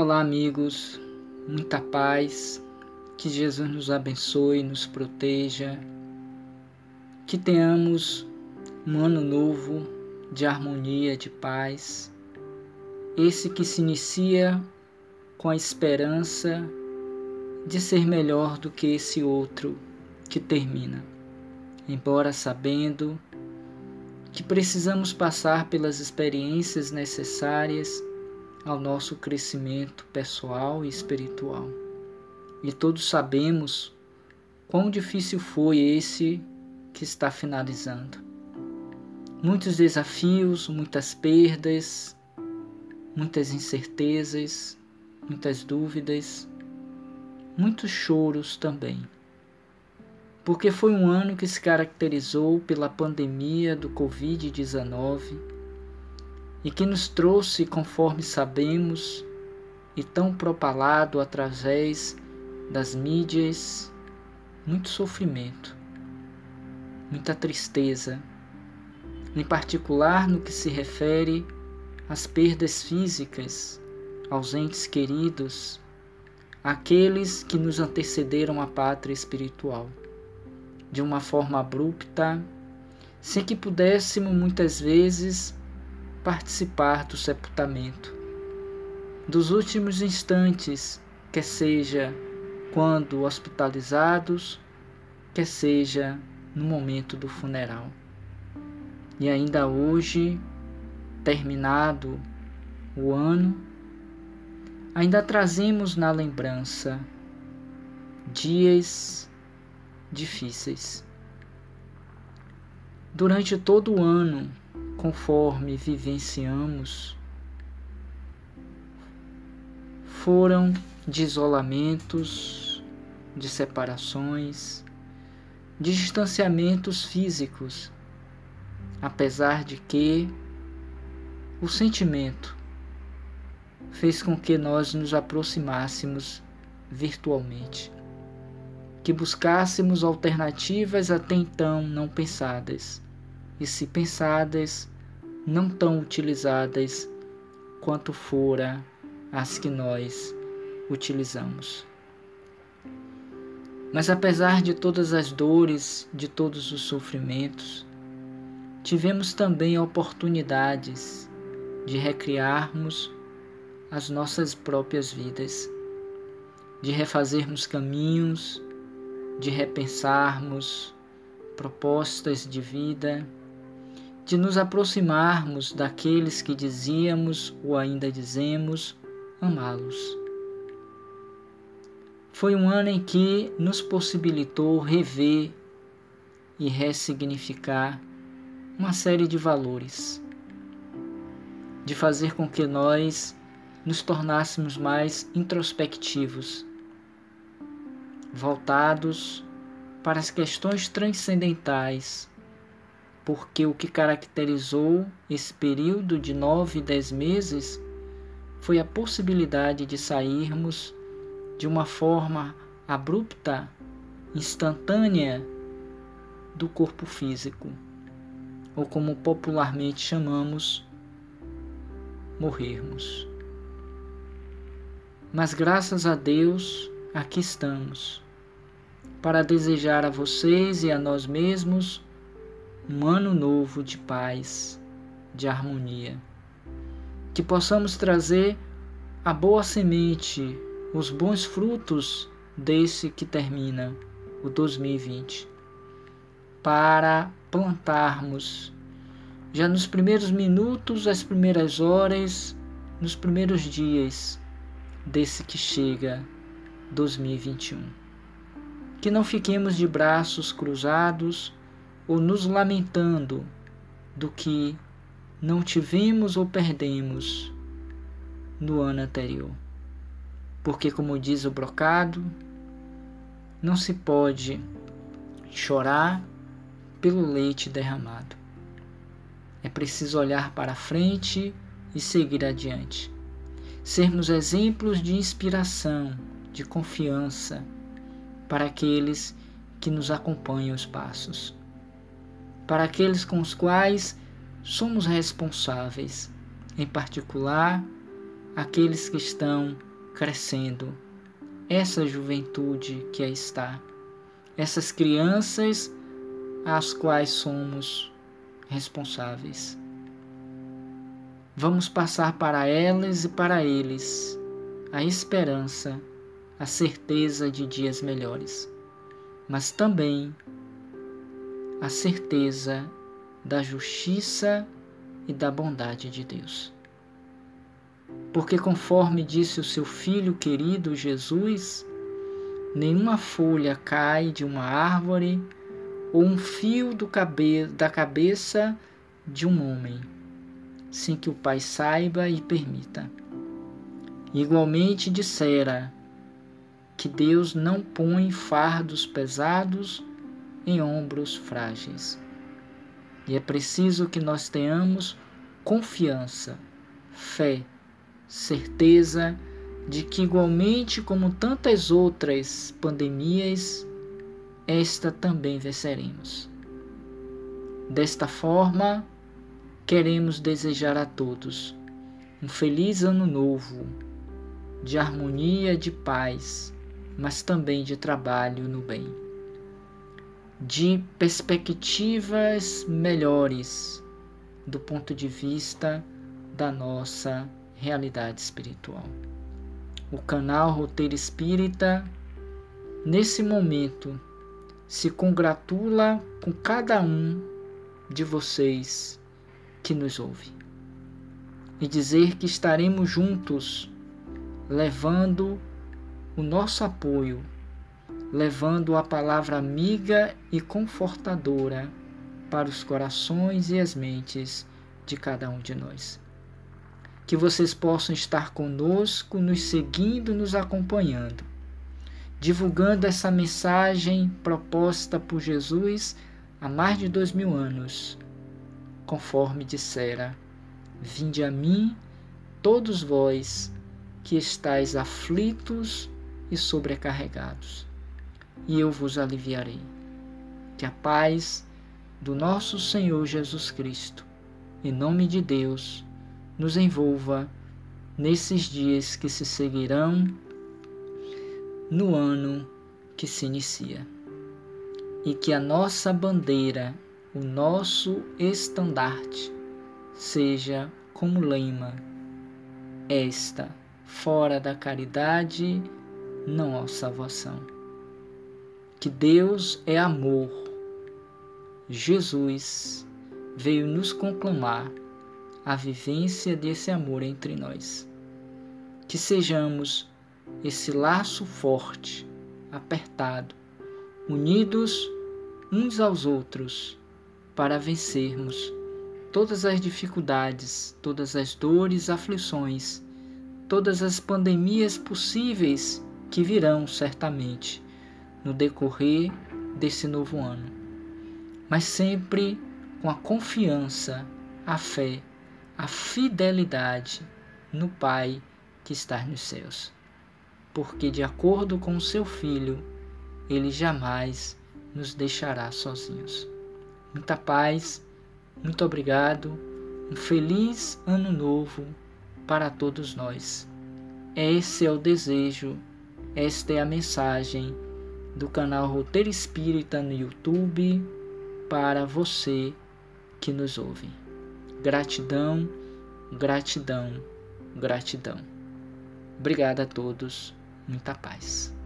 Olá, amigos, muita paz, que Jesus nos abençoe, nos proteja, que tenhamos um ano novo de harmonia, de paz, esse que se inicia com a esperança de ser melhor do que esse outro que termina, embora sabendo que precisamos passar pelas experiências necessárias ao nosso crescimento pessoal e espiritual. E todos sabemos quão difícil foi esse que está finalizando. Muitos desafios, muitas perdas, muitas incertezas, muitas dúvidas, muitos choros também. Porque foi um ano que se caracterizou pela pandemia do Covid-19 e que nos trouxe, conforme sabemos, e tão propalado através das mídias, muito sofrimento, muita tristeza, em particular no que se refere às perdas físicas, aos entes queridos, àqueles que nos antecederam à pátria espiritual, de uma forma abrupta, sem que pudéssemos muitas vezes participar do sepultamento, dos últimos instantes, quer seja quando hospitalizados, quer seja no momento do funeral. E ainda hoje, terminado o ano, ainda trazemos na lembrança dias difíceis. Durante todo o ano, conforme vivenciamos, foram de isolamentos, de separações, de distanciamentos físicos, apesar de que o sentimento fez com que nós nos aproximássemos virtualmente, que buscássemos alternativas até então não pensadas, e se pensadas, não tão utilizadas quanto fora as que nós utilizamos. Mas apesar de todas as dores, de todos os sofrimentos, tivemos também oportunidades de recriarmos as nossas próprias vidas, de refazermos caminhos, de repensarmos propostas de vida, de nos aproximarmos daqueles que dizíamos ou ainda dizemos amá-los. Foi um ano em que nos possibilitou rever e ressignificar uma série de valores, de fazer com que nós nos tornássemos mais introspectivos, voltados para as questões transcendentais, porque o que caracterizou esse período de 9 e 10 meses foi a possibilidade de sairmos de uma forma abrupta, instantânea, do corpo físico, ou como popularmente chamamos, morrermos. Mas graças a Deus, aqui estamos, para desejar a vocês e a nós mesmos um ano novo de paz, de harmonia. Que possamos trazer a boa semente, os bons frutos desse que termina, o 2020, para plantarmos já nos primeiros minutos, as primeiras horas, nos primeiros dias desse que chega 2021. Que não fiquemos de braços cruzados ou nos lamentando do que não tivemos ou perdemos no ano anterior. Porque, como diz o brocado, não se pode chorar pelo leite derramado. É preciso olhar para frente e seguir adiante. Sermos exemplos de inspiração, de confiança para aqueles que nos acompanham os passos, para aqueles com os quais somos responsáveis, em particular aqueles que estão crescendo essa juventude que aí está, essas crianças às quais somos responsáveis. Vamos passar para elas e para eles a esperança, a certeza de dias melhores, mas também a certeza da justiça e da bondade de Deus. Porque conforme disse o seu Filho querido Jesus, nenhuma folha cai de uma árvore ou um fio da cabeça de um homem, sem que o Pai saiba e permita. Igualmente dissera que Deus não põe fardos pesados em ombros frágeis. E é preciso que nós tenhamos confiança, fé, certeza de que, igualmente como tantas outras pandemias, esta também venceremos. Desta forma, queremos desejar a todos um feliz ano novo, de harmonia, de paz, mas também de trabalho no bem, de perspectivas melhores do ponto de vista da nossa realidade espiritual. O canal Roteiro Espírita, nesse momento, se congratula com cada um de vocês que nos ouve e dizer que estaremos juntos, levando o nosso apoio, levando a palavra amiga e confortadora para os corações e as mentes de cada um de nós. Que vocês possam estar conosco, nos seguindo, nos acompanhando, divulgando essa mensagem proposta por Jesus há mais de 2000 anos, conforme dissera: vinde a mim, todos vós que estáis aflitos e sobrecarregados, e eu vos aliviarei. Que a paz do nosso Senhor Jesus Cristo, em nome de Deus, nos envolva nesses dias que se seguirão no ano que se inicia. E que a nossa bandeira, o nosso estandarte, seja como lema: esta, fora da caridade, não há salvação. Que Deus é amor. Jesus veio nos conclamar a vivência desse amor entre nós. Que sejamos esse laço forte, apertado, unidos uns aos outros, para vencermos todas as dificuldades, todas as dores, aflições, todas as pandemias possíveis que virão certamente no decorrer desse novo ano, mas sempre com a confiança, a fé, a fidelidade no Pai que está nos céus, porque de acordo com o seu Filho, Ele jamais nos deixará sozinhos. Muita paz, muito obrigado, um feliz ano novo para todos nós. Esse é o desejo, esta é a mensagem do canal Roteiro Espírita no YouTube para você que nos ouve. Gratidão, gratidão, gratidão. Obrigado a todos, muita paz.